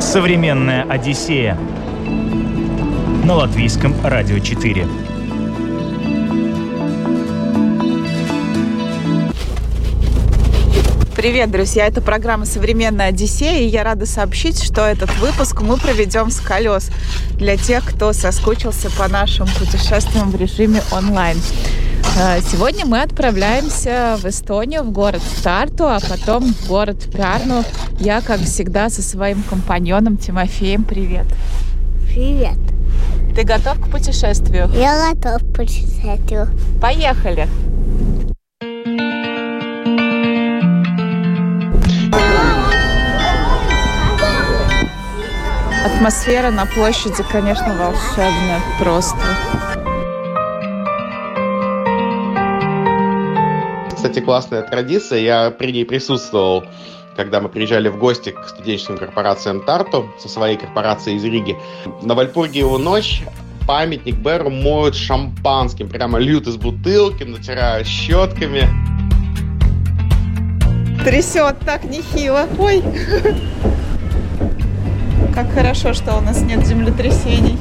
Современная Одиссея на Латвийском радио 4. Привет, друзья! Это программа «Современная Одиссея», и я рада сообщить, что этот выпуск мы проведем с колес для тех, кто соскучился по нашим путешествиям в режиме онлайн. Сегодня мы отправляемся в Эстонию, в город Тарту, а потом в город Пярну. Я, как всегда, со своим компаньоном Тимофеем. Привет! Привет! Ты готов к путешествию? Я готов к путешествию. Поехали! Атмосфера на площади, конечно, волшебная просто. Кстати, классная традиция. Я при ней присутствовал, когда мы приезжали в гости к студенческим корпорациям Тарту со своей корпорацией из Риги. На Вальпургиеву ночь памятник Беру моют шампанским. Прямо льют из бутылки, натирают щетками. Трясет так нехило. Ой! Как хорошо, что у нас нет землетрясений.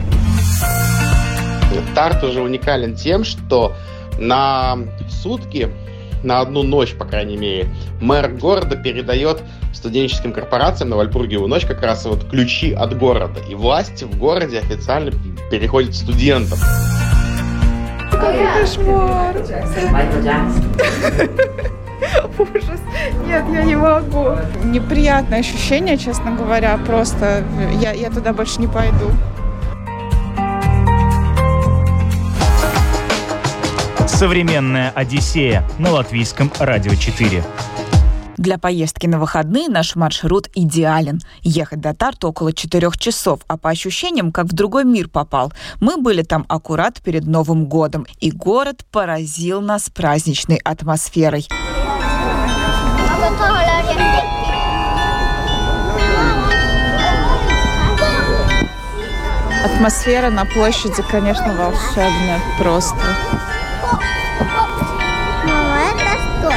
Тарту же уникален тем, что на сутки, на одну ночь, по крайней мере, мэр города передает студенческим корпорациям на Вальпургиеву ночь как раз вот ключи от города. И власти в городе официально переходят студентам. Кошмар! Ужас. Нет, я не могу. Неприятное ощущение, честно говоря. Просто я туда больше не пойду. Современная Одиссея на Латвийском радио 4. Для поездки на выходные наш маршрут идеален. Ехать до Тарту около 4 часов, а по ощущениям, как в другой мир попал. Мы были там аккурат перед Новым годом, и город поразил нас праздничной атмосферой. Атмосфера на площади, конечно, волшебная просто. Мама, это что?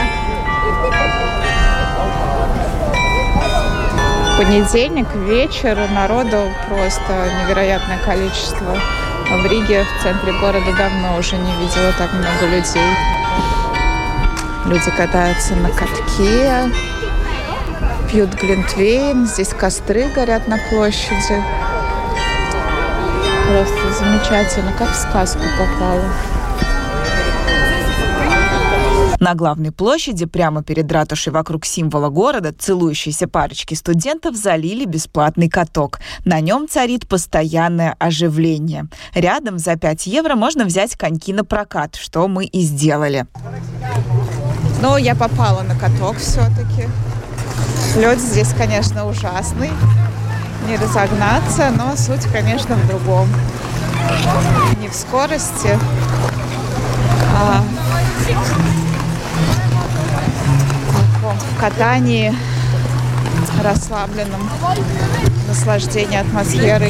Понедельник, вечер, народу просто невероятное количество. В Риге, в центре города, давно уже не видела так много людей. Люди катаются на катке, пьют глинтвейн, здесь костры горят на площади. Просто замечательно, как в сказку попало. На главной площади, прямо перед ратушей, вокруг символа города, целующиеся парочки студентов залили бесплатный каток. На нем царит постоянное оживление. Рядом за 5 евро можно взять коньки на прокат, что мы и сделали. Но я попала на каток все-таки. Лед здесь, конечно, ужасный. Не разогнаться, но суть, конечно, в другом. Не в скорости, а в катании, расслабленном, наслаждении атмосферой.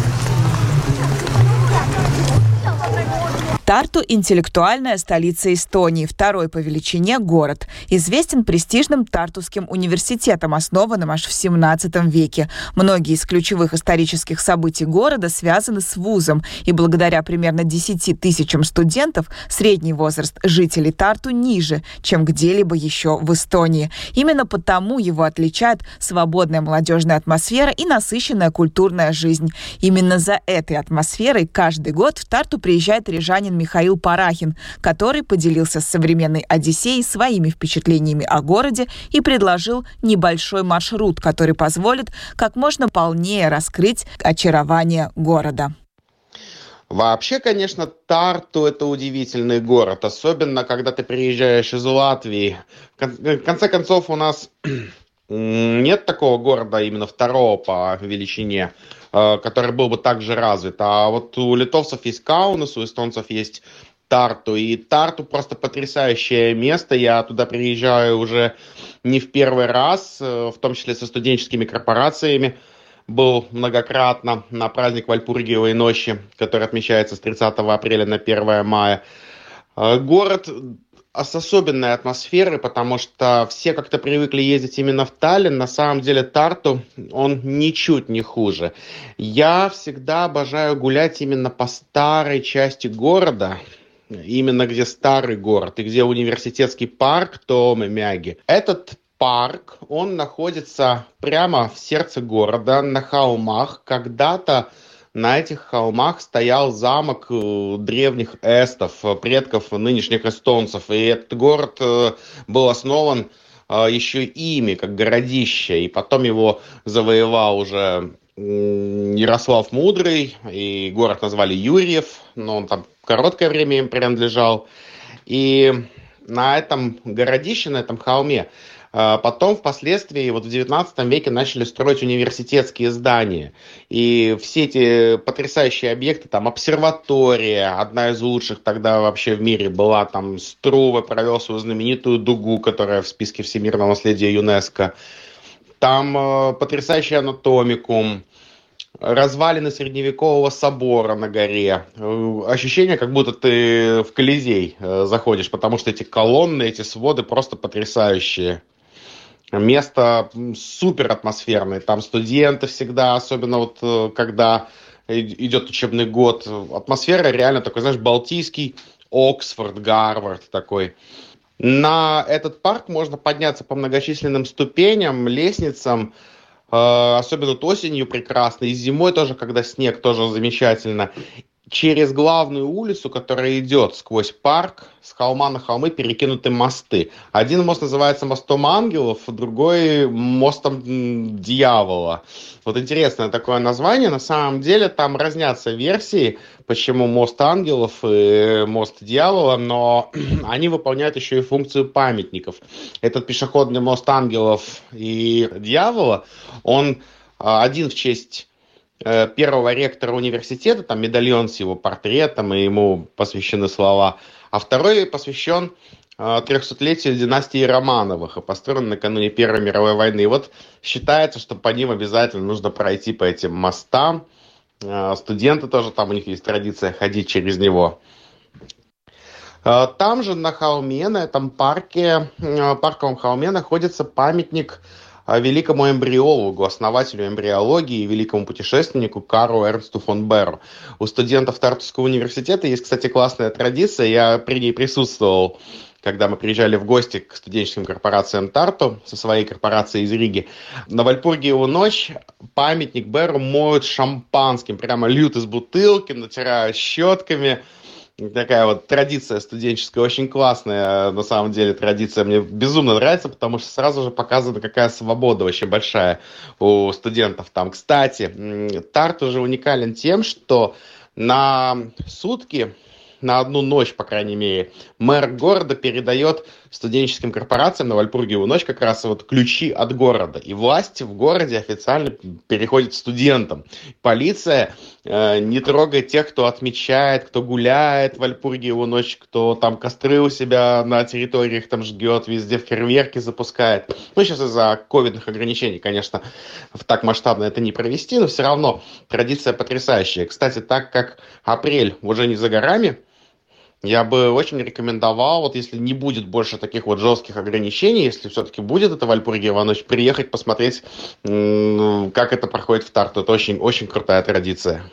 Тарту – интеллектуальная столица Эстонии, второй по величине город. Известен престижным Тартуским университетом, основанным аж в 17 веке. Многие из ключевых исторических событий города связаны с вузом, и благодаря примерно 10 тысячам студентов средний возраст жителей Тарту ниже, чем где-либо еще в Эстонии. Именно потому его отличает свободная молодежная атмосфера и насыщенная культурная жизнь. Именно за этой атмосферой каждый год в Тарту приезжает рижанин Михаил Парахин, который поделился с современной Одиссеей своими впечатлениями о городе и предложил небольшой маршрут, который позволит как можно полнее раскрыть очарование города. Вообще, конечно, Тарту – это удивительный город, особенно когда ты приезжаешь из Латвии. В конце концов, у нас нет такого города именно второго по величине, который был бы также развит. А вот у литовцев есть Каунас, у эстонцев есть Тарту. И Тарту просто потрясающее место. Я туда приезжаю уже не в первый раз, в том числе со студенческими корпорациями. Был многократно на праздник Вальпургиевой ночи, который отмечается с 30 апреля на 1 мая. Город с особенной атмосферой, потому что все как-то привыкли ездить именно в Таллин. На самом деле Тарту, он ничуть не хуже. Я всегда обожаю гулять именно по старой части города, именно где старый город и где университетский парк Туомемяги. Этот парк, он находится прямо в сердце города, на холмах. Когда-то на этих холмах стоял замок древних эстов, предков нынешних эстонцев. И этот город был основан еще ими, как городище. И потом его завоевал уже Ярослав Мудрый, и город назвали Юрьев, но он там короткое время им принадлежал. И на этом городище, на этом холме, потом впоследствии, вот в 19 веке начали строить университетские здания. И все эти потрясающие объекты, там обсерватория, одна из лучших тогда вообще в мире была, там Струве провел свою знаменитую дугу, которая в списке всемирного наследия ЮНЕСКо. Там потрясающий анатомикум, развалины средневекового собора на горе. Ощущение, как будто ты в Колизей заходишь, потому что эти колонны, эти своды просто потрясающие. Место супер атмосферное. Там студенты всегда, особенно вот когда идет учебный год. Атмосфера реально такой, знаешь, балтийский Оксфорд, Гарвард такой. На этот парк можно подняться по многочисленным ступеням, лестницам, особенно вот осенью прекрасно, и зимой тоже, когда снег, тоже замечательно. Через главную улицу, которая идет сквозь парк, с холма на холмы перекинуты мосты. Один мост называется мостом ангелов, другой мостом дьявола. Вот интересное такое название. На самом деле там разнятся версии, почему мост ангелов и мост дьявола, но они выполняют еще и функцию памятников. Этот пешеходный мост ангелов и дьявола, он один в честь первого ректора университета, там медальон с его портретом, и ему посвящены слова, а второй посвящен 300-летию династии Романовых, и построен накануне Первой мировой войны. И вот считается, что по ним обязательно нужно пройти по этим мостам. Студенты тоже, там у них есть традиция ходить через него. Там же на холме, на этом парке, парковом холме находится памятник великому эмбриологу, основателю эмбриологии и великому путешественнику Карлу Эрнсту фон Беру. У студентов Тартуского университета есть, кстати, классная традиция, я при ней присутствовал, когда мы приезжали в гости к студенческим корпорациям Тарту со своей корпорацией из Риги. На Вальпургиеву ночь памятник Беру моют шампанским, прямо льют из бутылки, натирают щетками. Такая вот традиция студенческая, очень классная, на самом деле, традиция. Мне безумно нравится, потому что сразу же показана, какая свобода очень большая у студентов там. Кстати, Тарту же уникален тем, что на сутки, на одну ночь, по крайней мере, мэр города передает студенческим корпорациям на Вальпургиеву ночь как раз вот ключи от города. И власть в городе официально переходит студентам. Полиция не трогает тех, кто отмечает, кто гуляет в Вальпургиеву ночь, кто там костры у себя на территориях там жгет, везде фейерверки запускает. Ну, сейчас из-за ковидных ограничений, конечно, так масштабно это не провести, но все равно традиция потрясающая. Кстати, так как апрель уже не за горами, я бы очень рекомендовал, вот если не будет больше таких вот жестких ограничений, если все-таки будет эта Вальпургиева ночь, приехать посмотреть, как это проходит в Тарту. Это очень, очень крутая традиция.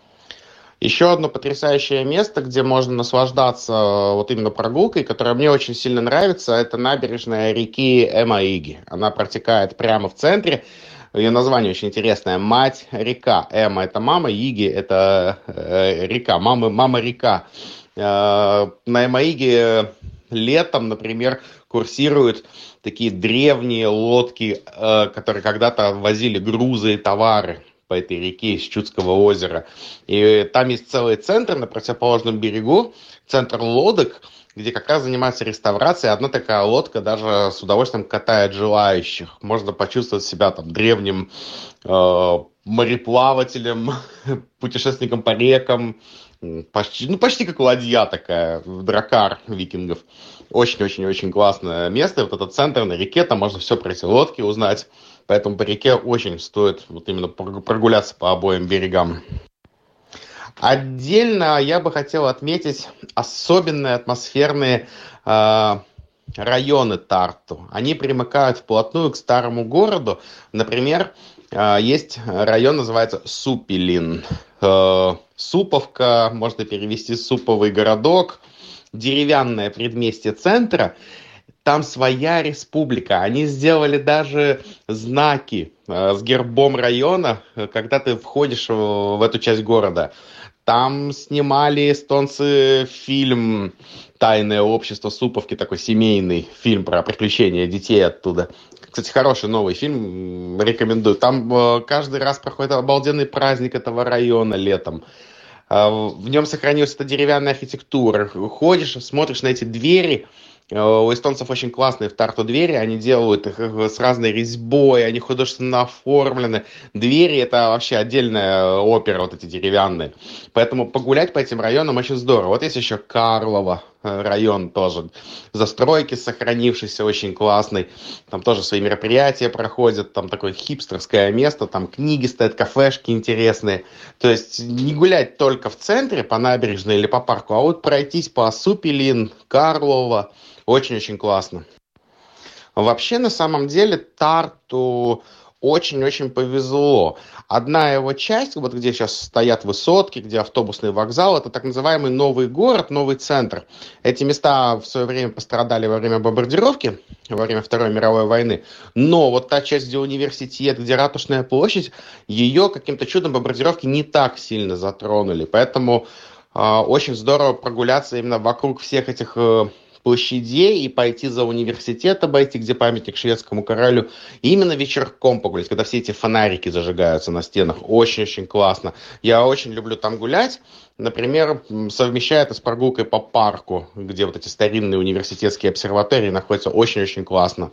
Еще одно потрясающее место, где можно наслаждаться вот именно прогулкой, которая мне очень сильно нравится, это набережная реки Эмаиги. Она протекает прямо в центре. Ее название очень интересное. Мать-река. Эма – это мама, Иги – это река. Мама-река. На Эмаиге летом, например, курсируют такие древние лодки, которые когда-то возили грузы и товары по этой реке из Чудского озера. И там есть целый центр на противоположном берегу, центр лодок, где как раз занимаются реставрацией. Одна такая лодка даже с удовольствием катает желающих. Можно почувствовать себя там древним мореплавателем, путешественником по рекам. Почти как ладья такая, дракар викингов. Очень-очень-очень классное место. Вот этот центр на реке, там можно все про эти лодки узнать. Поэтому по реке очень стоит вот именно прогуляться по обоим берегам. Отдельно я бы хотел отметить особенные атмосферные районы Тарту. Они примыкают вплотную к старому городу. Например, есть район, называется Супилин. Суповка, можно перевести суповый городок, деревянное предместье центра. Там своя республика. Они сделали даже знаки с гербом района, когда ты входишь в эту часть города. Там снимали эстонцы фильм «Тайное общество Суповки», такой семейный фильм про приключения детей оттуда. Кстати, хороший новый фильм, рекомендую. Там каждый раз проходит обалденный праздник этого района летом. В нем сохранилась эта деревянная архитектура. Ходишь, смотришь на эти двери. У эстонцев очень классные в Тарту двери, они делают их с разной резьбой, они художественно оформлены. Двери — это вообще отдельная опера, вот эти деревянные. Поэтому погулять по этим районам очень здорово. Вот есть еще Карлово район тоже. Застройки сохранившиеся, очень классный. Там тоже свои мероприятия проходят, там такое хипстерское место, там книги стоят, кафешки интересные. То есть не гулять только в центре, по набережной или по парку, а вот пройтись по Супилин, Карлово. Очень-очень классно. Вообще, на самом деле, Тарту очень-очень повезло. Одна его часть, вот где сейчас стоят высотки, где автобусный вокзал, это так называемый новый город, новый центр. Эти места в свое время пострадали во время бомбардировки, во время Второй мировой войны. Но вот та часть, где университет, где Ратушная площадь, ее каким-то чудом бомбардировки не так сильно затронули. Поэтому очень здорово прогуляться именно вокруг всех этих площадей и пойти за университет, обойти, где памятник шведскому королю, и именно вечерком погулять, когда все эти фонарики зажигаются на стенах. Очень-очень классно. Я очень люблю там гулять. Например, совмещая это с прогулкой по парку, где вот эти старинные университетские обсерватории находятся. Очень-очень классно.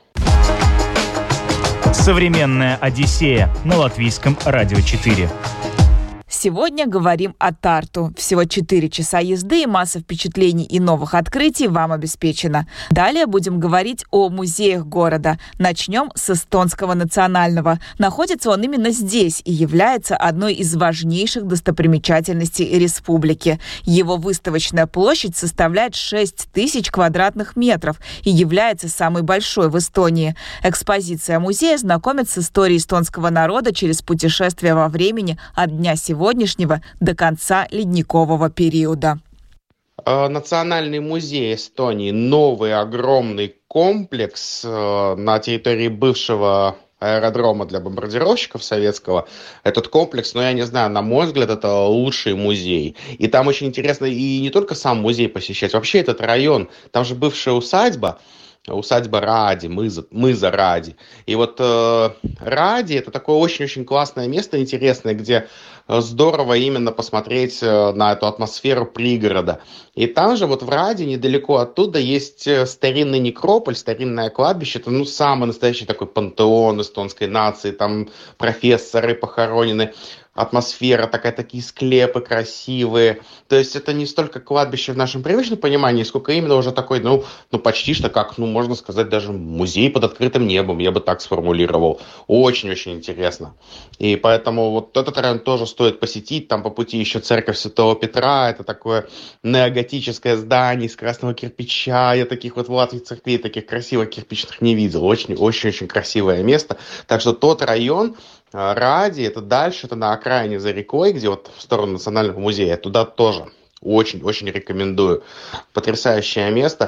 Современная Одиссея на Латвийском радио 4. Сегодня говорим о Тарту. Всего 4 часа езды и масса впечатлений и новых открытий вам обеспечена. Далее будем говорить о музеях города. Начнем с Эстонского национального. Находится он именно здесь и является одной из важнейших достопримечательностей республики. Его выставочная площадь составляет 6 тысяч квадратных метров и является самой большой в Эстонии. Экспозиция музея знакомит с историей эстонского народа через путешествие во времени от дня сегодняшнего до конца ледникового периода. Национальный музей Эстонии — новый огромный комплекс на территории бывшего аэродрома для бомбардировщиков советского. Этот комплекс, я не знаю, на мой взгляд, это лучший музей. И там очень интересно и не только сам музей посещать, вообще этот район. Там же бывшая усадьба Ради, мыза Ради. И вот Ради — это такое очень-очень классное место, интересное, где здорово именно посмотреть на эту атмосферу пригорода. И там же вот в Ради, недалеко оттуда, есть старинный некрополь, старинное кладбище. Это самый настоящий такой пантеон эстонской нации. Там профессоры похоронены. Атмосфера такая, такие склепы красивые. То есть это не столько кладбище в нашем привычном понимании, сколько именно уже такой, почти что как, можно сказать, даже музей под открытым небом, я бы так сформулировал. Очень-очень интересно. И поэтому вот этот район тоже стоит посетить. Там по пути еще церковь Святого Петра. Это такое неоготическое здание из красного кирпича. Я таких вот в Латвии церквей, таких красивых кирпичных не видел. Очень-очень красивое место. Так что тот район Ради, это дальше, это на окраине за рекой, где вот в сторону Национального музея, туда тоже очень-очень рекомендую. Потрясающее место.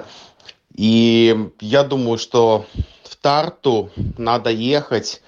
И я думаю, что в Тарту надо ехать,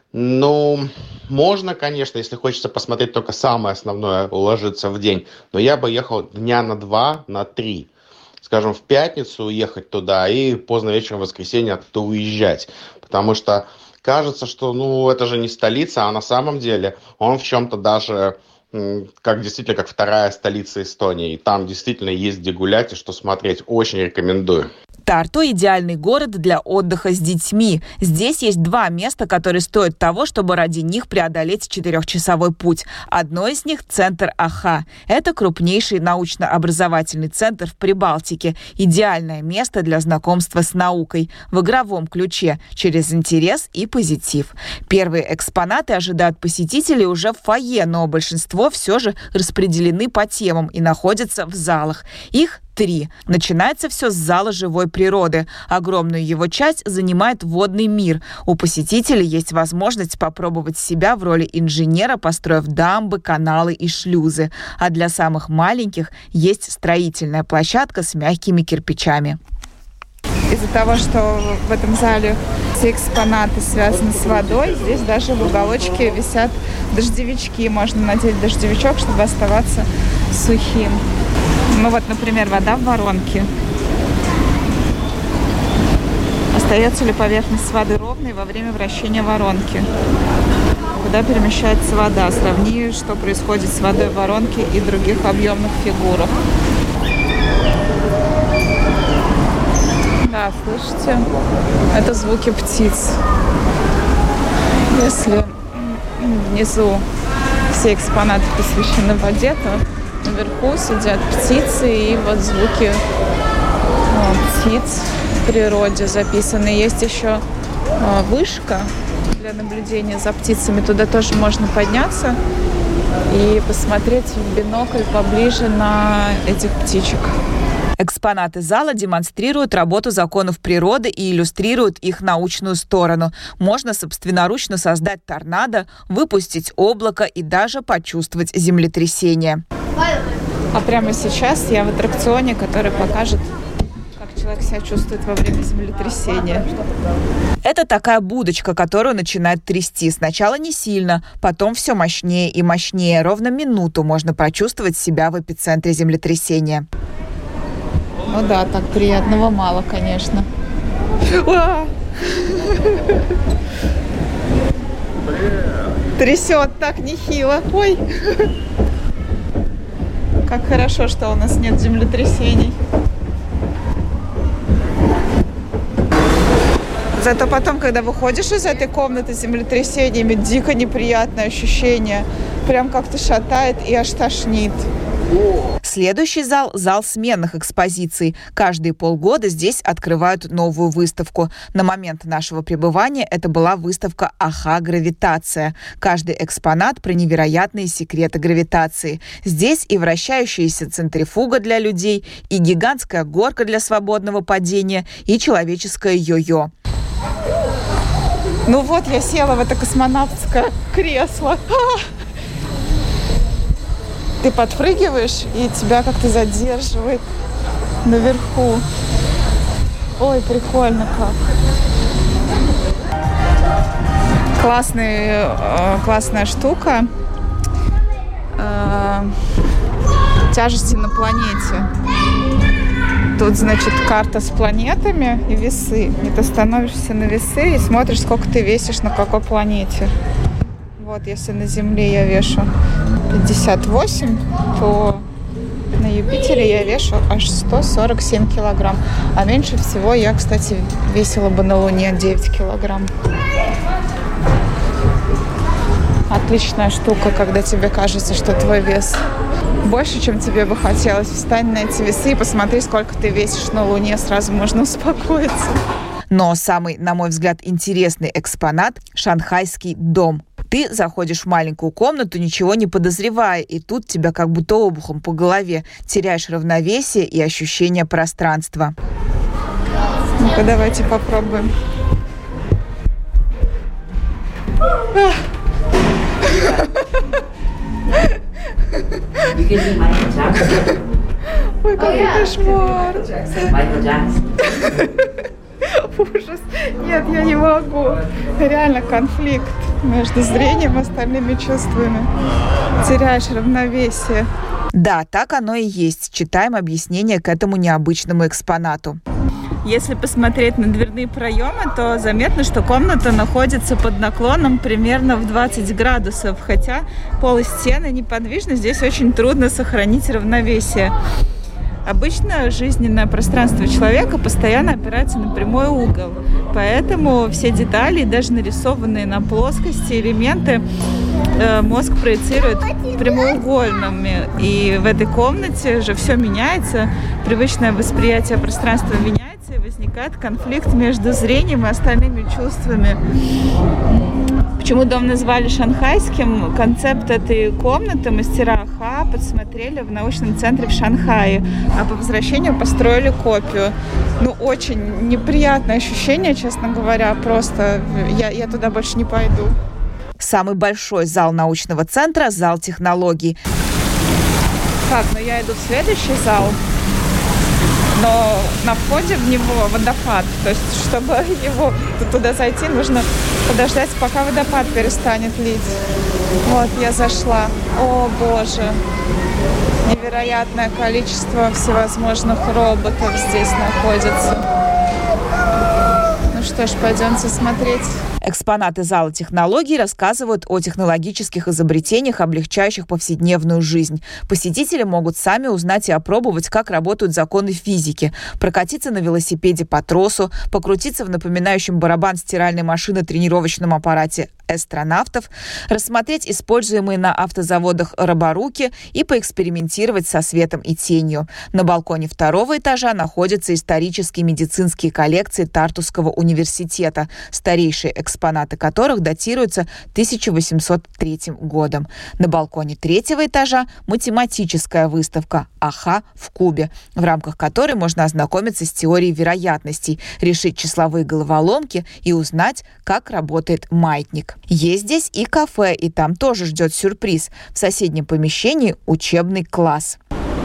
можно, конечно, если хочется посмотреть только самое основное, уложиться в день, но я бы ехал дня на 2, на 3. Скажем, в пятницу ехать туда и поздно вечером в воскресенье оттуда уезжать, потому что кажется, что, это же не столица, а на самом деле он в чем-то даже действительно как вторая столица Эстонии. И там действительно есть где гулять и что смотреть. Очень рекомендую. Тарту – идеальный город для отдыха с детьми. Здесь есть 2 места, которые стоят того, чтобы ради них преодолеть 4-часовой путь. Одно из них – центр АХА. Это крупнейший научно-образовательный центр в Прибалтике. Идеальное место для знакомства с наукой в игровом ключе, через интерес и позитив. Первые экспонаты ожидают посетителей уже в фойе, но большинство все же распределены по темам и находятся в залах. Их 3. Начинается все с зала живой природы. Огромную его часть занимает водный мир. У посетителей есть возможность попробовать себя в роли инженера, построив дамбы, каналы и шлюзы. А для самых маленьких есть строительная площадка с мягкими кирпичами. Из-за того, что в этом зале все экспонаты связаны с водой, здесь даже в уголочке висят дождевички. Можно надеть дождевичок, чтобы оставаться сухим. Ну вот, например, вода в воронке. Остается ли поверхность воды ровной во время вращения воронки? Куда перемещается вода? Сравни, что происходит с водой в воронке и других объемных фигурах. Да, слышите? Это звуки птиц. Если внизу все экспонаты посвящены воде, то наверху сидят птицы, и вот звуки птиц в природе записаны. Есть еще вышка для наблюдения за птицами. Туда тоже можно подняться и посмотреть в бинокль поближе на этих птичек. Экспонаты зала демонстрируют работу законов природы и иллюстрируют их научную сторону. Можно собственноручно создать торнадо, выпустить облако и даже почувствовать землетрясение. А прямо сейчас я в аттракционе, который покажет, как человек себя чувствует во время землетрясения. Это такая будочка, которую начинает трясти. Сначала не сильно, потом все мощнее и мощнее. Ровно минуту можно почувствовать себя в эпицентре землетрясения. Ну да, так приятного мало, конечно. Трясет так нехило. Ой. Как хорошо, что у нас нет землетрясений. Зато потом, когда выходишь из этой комнаты с землетрясениями, дико неприятное ощущение. Прям как-то шатает и аж тошнит. Следующий зал – зал сменных экспозиций. Каждые полгода здесь открывают новую выставку. На момент нашего пребывания это была выставка «АХА. Гравитация». Каждый экспонат про невероятные секреты гравитации. Здесь и вращающаяся центрифуга для людей, и гигантская горка для свободного падения, и человеческое йо-йо. Ну вот, я села в это космонавтское кресло. Ты подпрыгиваешь, и тебя как-то задерживает наверху. Ой, прикольно как. Классная штука. Тяжести на планете. Тут, значит, карта с планетами и весы. И ты становишься на весы и смотришь, сколько ты весишь на какой планете. Вот, если на Земле я вешу 58, то на Юпитере я вешу аж 147 килограмм. А меньше всего я, кстати, весила бы на Луне 9 килограмм. Отличная штука, когда тебе кажется, что твой вес больше, чем тебе бы хотелось. Встань на эти весы и посмотри, сколько ты весишь на Луне. Сразу можно успокоиться. Но самый, на мой взгляд, интересный экспонат – шанхайский дом. Ты заходишь в маленькую комнату, ничего не подозревая, и тут тебя как будто обухом по голове. Теряешь равновесие и ощущение пространства. Ну-ка, давайте попробуем. Ой, какой кошмар. Ужас. Нет, я не могу. Реально конфликт между зрением и остальными чувствами. Теряешь равновесие. Да, так оно и есть. Читаем объяснение к этому необычному экспонату. Если посмотреть на дверные проемы, то заметно, что комната находится под наклоном примерно в 20 градусов. Хотя пол и стены неподвижны, здесь очень трудно сохранить равновесие. Обычно жизненное пространство человека постоянно опирается на прямой угол. Поэтому все детали, даже нарисованные на плоскости элементы, мозг проецирует прямоугольными. И в этой комнате же все меняется, привычное восприятие пространства меняется, и возникает конфликт между зрением и остальными чувствами. Почему дом назвали шанхайским? Концепт этой комнаты мастера Аха подсмотрели в научном центре в Шанхае, а по возвращению построили копию. Очень неприятное ощущение, честно говоря, просто я туда больше не пойду. Самый большой зал научного центра – зал технологий. Так, я иду в следующий зал. Но на входе в него водопад. То есть, чтобы туда зайти, нужно подождать, пока водопад перестанет лить. Вот, я зашла. О, боже. Невероятное количество всевозможных роботов здесь находится. Что ж, пойдемте смотреть. Экспонаты зала технологий рассказывают о технологических изобретениях, облегчающих повседневную жизнь. Посетители могут сами узнать и опробовать, как работают законы физики, прокатиться на велосипеде по тросу, покрутиться в напоминающем барабан стиральной машины тренировочном аппарате астронавтов, рассмотреть используемые на автозаводах роборуки и поэкспериментировать со светом и тенью. На балконе второго этажа находятся исторические медицинские коллекции Тартусского университета, старейшие экспонаты которых датируются 1803 годом. На балконе третьего этажа математическая выставка «Аха в кубе», в рамках которой можно ознакомиться с теорией вероятностей, решить числовые головоломки и узнать, как работает маятник. Есть здесь и кафе, и там тоже ждет сюрприз. В соседнем помещении учебный класс.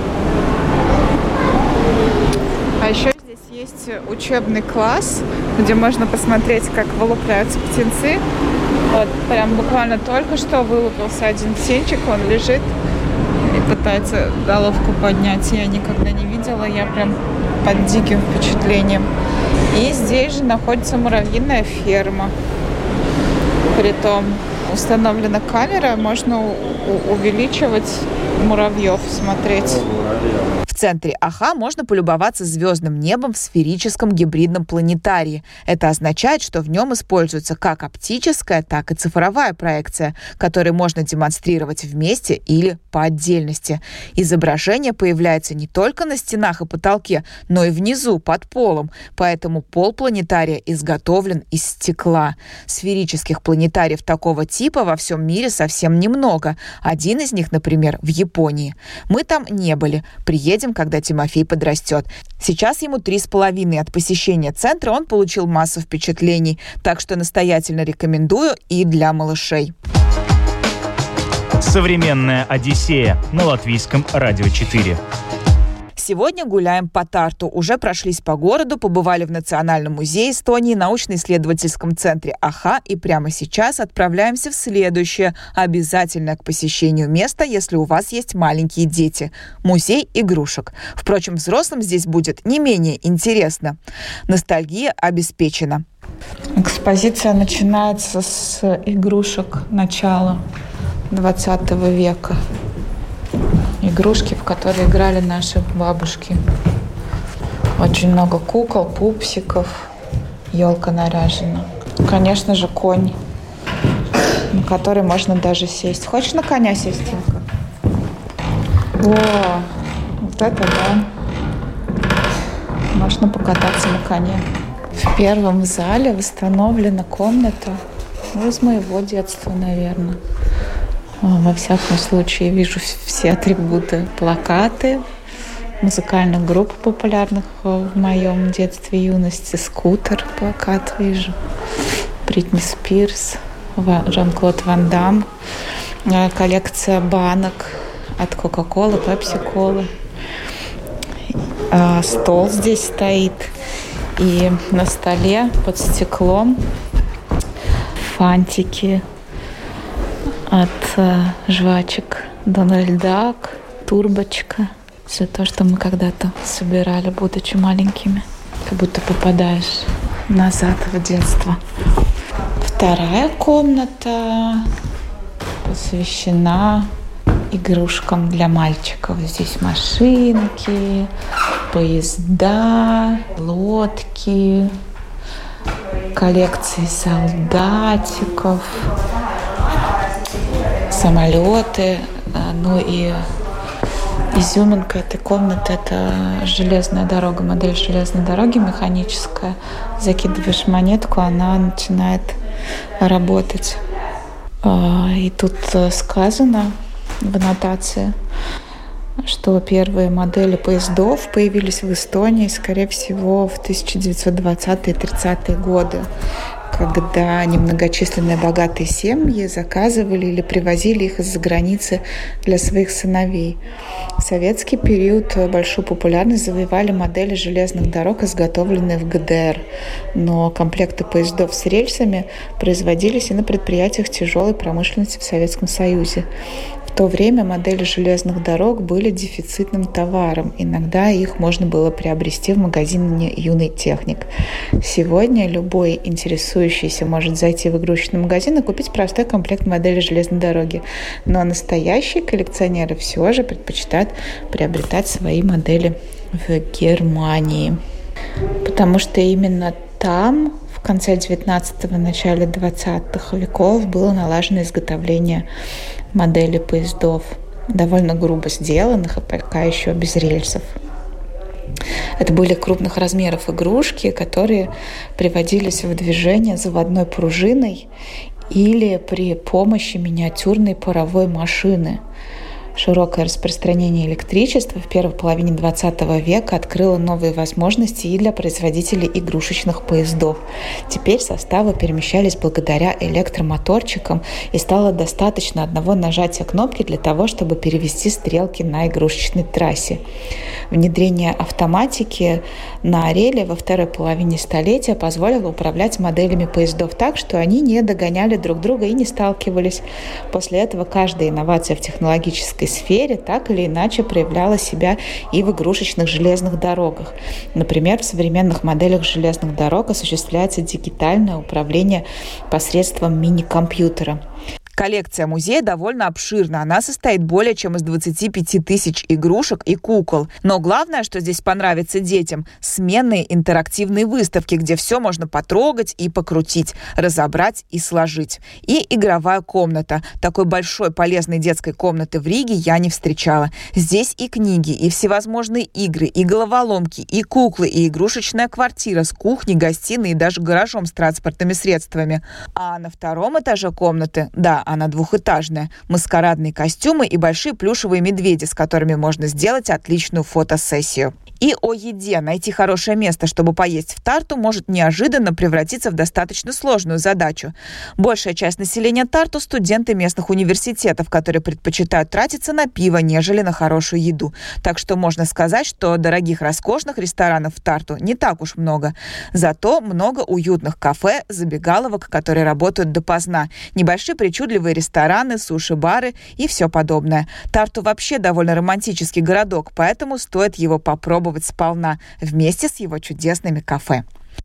А еще здесь есть учебный класс, где можно посмотреть, как вылупляются птенцы. Вот, прям буквально только что вылупился один птенчик, он лежит и пытается головку поднять. Я никогда не видела, я прям под диким впечатлением. И здесь же находится муравьиная ферма. Притом установлена камера, можно увеличивать муравьев, смотреть. В центре Аха можно полюбоваться звездным небом в сферическом гибридном планетарии. Это означает, что в нем используется как оптическая, так и цифровая проекция, которые можно демонстрировать вместе или по отдельности. Изображение появляется не только на стенах и потолке, но и внизу, под полом. Поэтому пол планетария изготовлен из стекла. Сферических планетариев такого типа во всем мире совсем немного. Один из них, например, в Японии. Мы там не были. Приедем, когда Тимофей подрастет. Сейчас ему 3,5. От посещения центра он получил массу впечатлений. Так что настоятельно рекомендую и для малышей. Современная Одиссея на Латвийском радио 4. Сегодня гуляем по Тарту. Уже прошлись по городу, побывали в Национальном музее Эстонии, научно-исследовательском центре Аха и прямо сейчас отправляемся в следующее, обязательное к посещению место, если у вас есть маленькие дети – музей игрушек. Впрочем, взрослым здесь будет не менее интересно. Ностальгия обеспечена. Экспозиция начинается с игрушек начала 20 века. Игрушки, в которые играли наши бабушки. Очень много кукол, пупсиков, елка наряжена. Конечно же, конь, на который можно даже сесть. Хочешь на коня сесть, Тимка? О, вот это да. Можно покататься на коне. В первом зале восстановлена комната из моего детства, наверное. Во всяком случае, вижу все атрибуты. Плакаты музыкальных групп популярных в моем детстве и юности. Скутер, плакат вижу. Бритни Спирс, Жан-Клод Ван Дамм. Коллекция банок от Кока-Колы, Пепси-Колы. Стол здесь стоит. И на столе под стеклом фантики от жвачек Дональд Дак, Турбочка. Все то, что мы когда-то собирали, будучи маленькими. Как будто попадаешь назад в детство. Вторая комната посвящена игрушкам для мальчиков. Здесь машинки, поезда, лодки, коллекции солдатиков, самолеты. Ну и изюминка этой комнаты – это железная дорога, модель железной дороги механическая. Закидываешь монетку, она начинает работать. И тут сказано в аннотации, что первые модели поездов появились в Эстонии, скорее всего, в 1920-е и 30-е годы, когда немногочисленные богатые семьи заказывали или привозили их из-за границы для своих сыновей. В советский период большую популярность завоевали модели железных дорог, изготовленные в ГДР. Но комплекты поездов с рельсами производились и на предприятиях тяжелой промышленности в Советском Союзе. В то время модели железных дорог были дефицитным товаром. Иногда их можно было приобрести в магазине «Юный техник». Сегодня любой интересующийся может зайти в игрушечный магазин и купить простой комплект модели железной дороги. Но настоящие коллекционеры все же предпочитают приобретать свои модели в Германии. Потому что именно там в конце 19-го, начале 20-х веков было налажено изготовление моделей поездов, довольно грубо сделанных, и пока еще без рельсов. Это были крупных размеров игрушки, которые приводились в движение заводной пружиной или при помощи миниатюрной паровой машины. Широкое распространение электричества в первой половине XX века открыло новые возможности и для производителей игрушечных поездов. Теперь составы перемещались благодаря электромоторчикам, и стало достаточно одного нажатия кнопки для того, чтобы перевести стрелки на игрушечной трассе. Внедрение автоматики на реле во второй половине столетия позволило управлять моделями поездов так, что они не догоняли друг друга и не сталкивались. После этого каждая инновация в технологической сфере так или иначе проявляла себя и в игрушечных железных дорогах. Например, в современных моделях железных дорог осуществляется дигитальное управление посредством мини-компьютера. Коллекция музея довольно обширна. Она состоит более чем из 25 тысяч игрушек и кукол. Но главное, что здесь понравится детям – сменные интерактивные выставки, где все можно потрогать и покрутить, разобрать и сложить. И игровая комната. Такой большой полезной детской комнаты в Риге я не встречала. Здесь и книги, и всевозможные игры, и головоломки, и куклы, и игрушечная квартира с кухней, гостиной и даже гаражом с транспортными средствами. А на втором этаже комнаты, да, она двухэтажная, маскарадные костюмы и большие плюшевые медведи, с которыми можно сделать отличную фотосессию. И о еде. Найти хорошее место, чтобы поесть в Тарту, может неожиданно превратиться в достаточно сложную задачу. Большая часть населения Тарту – студенты местных университетов, которые предпочитают тратиться на пиво, нежели на хорошую еду. Так что можно сказать, что дорогих роскошных ресторанов в Тарту не так уж много. Зато много уютных кафе, забегаловок, которые работают допоздна, небольшие причудливые рестораны, суши-бары и все подобное. Тарту вообще довольно романтический городок, поэтому стоит его попробовать сполна вместе с его чудесными кафе.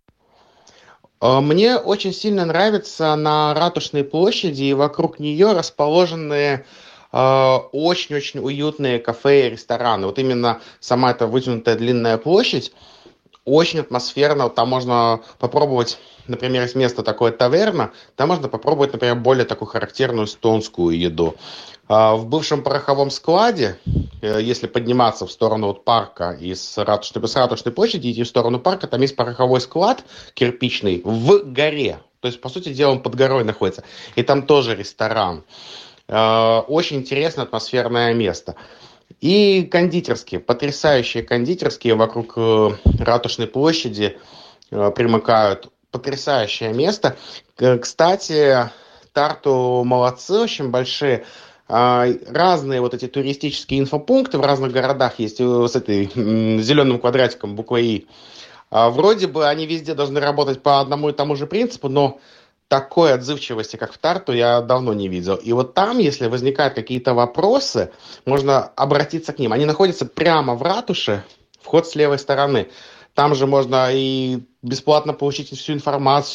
Мне очень сильно нравится на Ратушной площади и вокруг нее расположенные очень-очень уютные кафе и рестораны. Вот именно сама эта вытянутая длинная площадь очень атмосферно. Там можно попробовать, например, есть место такое таверна, там можно попробовать, например, более такую характерную эстонскую еду. В бывшем пороховом складе, если подниматься в сторону вот парка с Ратушной площади, идти в сторону парка, там есть пороховой склад кирпичный в горе. То есть, по сути дела, он под горой находится. И там тоже ресторан. Очень интересное атмосферное место. И кондитерские, потрясающие кондитерские вокруг Ратушной площади примыкают. Потрясающее место. Кстати, Тарту молодцы, очень большие. Разные вот эти туристические инфопункты в разных городах есть с этой зеленым квадратиком буквой «И». Вроде бы они везде должны работать по одному и тому же принципу, но такой отзывчивости, как в Тарту, я давно не видел. И вот там, если возникают какие-то вопросы, можно обратиться к ним. Они находятся прямо в ратуше, вход с левой стороны. Там же можно и бесплатно получить всю информацию,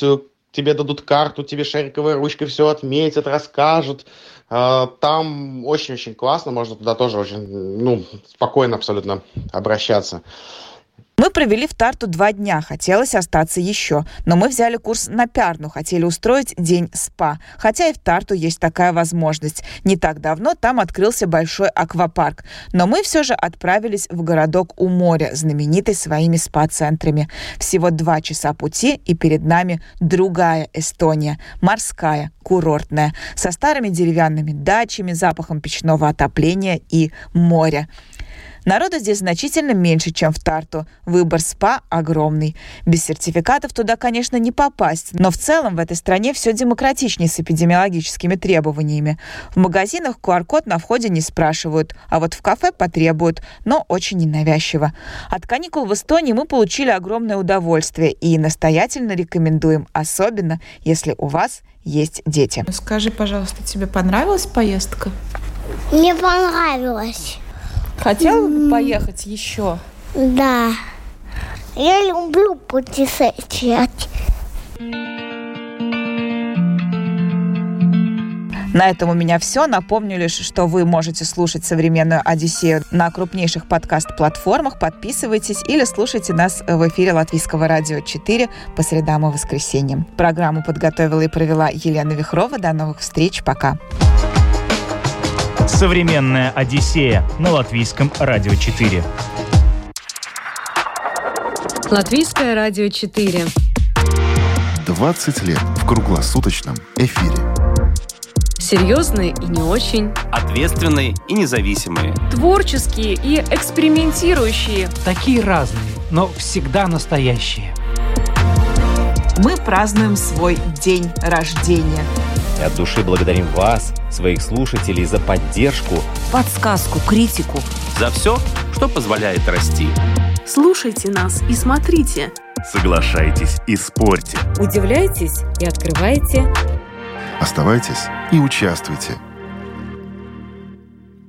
тебе дадут карту, тебе шариковой ручкой все отметят, расскажут. Там очень-очень классно, можно туда тоже очень, спокойно абсолютно обращаться. Мы провели в Тарту 2 дня, хотелось остаться еще. Но мы взяли курс на Пярну, хотели устроить день спа. Хотя и в Тарту есть такая возможность. Не так давно там открылся большой аквапарк. Но мы все же отправились в городок у моря, знаменитый своими спа-центрами. Всего 2 часа пути, и перед нами другая Эстония. Морская, курортная, со старыми деревянными дачами, запахом печного отопления и моря. Народу здесь значительно меньше, чем в Тарту. Выбор спа огромный. Без сертификатов туда, конечно, не попасть, но в целом в этой стране все демократичнее с эпидемиологическими требованиями. В магазинах QR-код на входе не спрашивают, а вот в кафе потребуют, но очень ненавязчиво. От каникул в Эстонии мы получили огромное удовольствие и настоятельно рекомендуем, особенно если у вас есть дети. Скажи, пожалуйста, тебе понравилась поездка? Мне понравилось. Хотела бы поехать еще? Да. Я люблю путешествовать. На этом у меня все. Напомню лишь, что вы можете слушать «Современную Одиссею» на крупнейших подкаст-платформах. Подписывайтесь или слушайте нас в эфире Латвийского радио 4 по средам и воскресеньям. Программу подготовила и провела Елена Вихрова. До новых встреч. Пока. «Современная Одиссея» на Латвийском радио 4. Латвийское радио 4. 20 лет в круглосуточном эфире. Серьезные и не очень. Ответственные и независимые. Творческие и экспериментирующие. Такие разные, но всегда настоящие. Мы празднуем свой день рождения. И от души благодарим вас, своих слушателей, за поддержку, Подсказку, критику. за все, что позволяет расти. Слушайте нас и смотрите. Соглашайтесь и спорьте. Удивляйтесь и открывайте. Оставайтесь и участвуйте.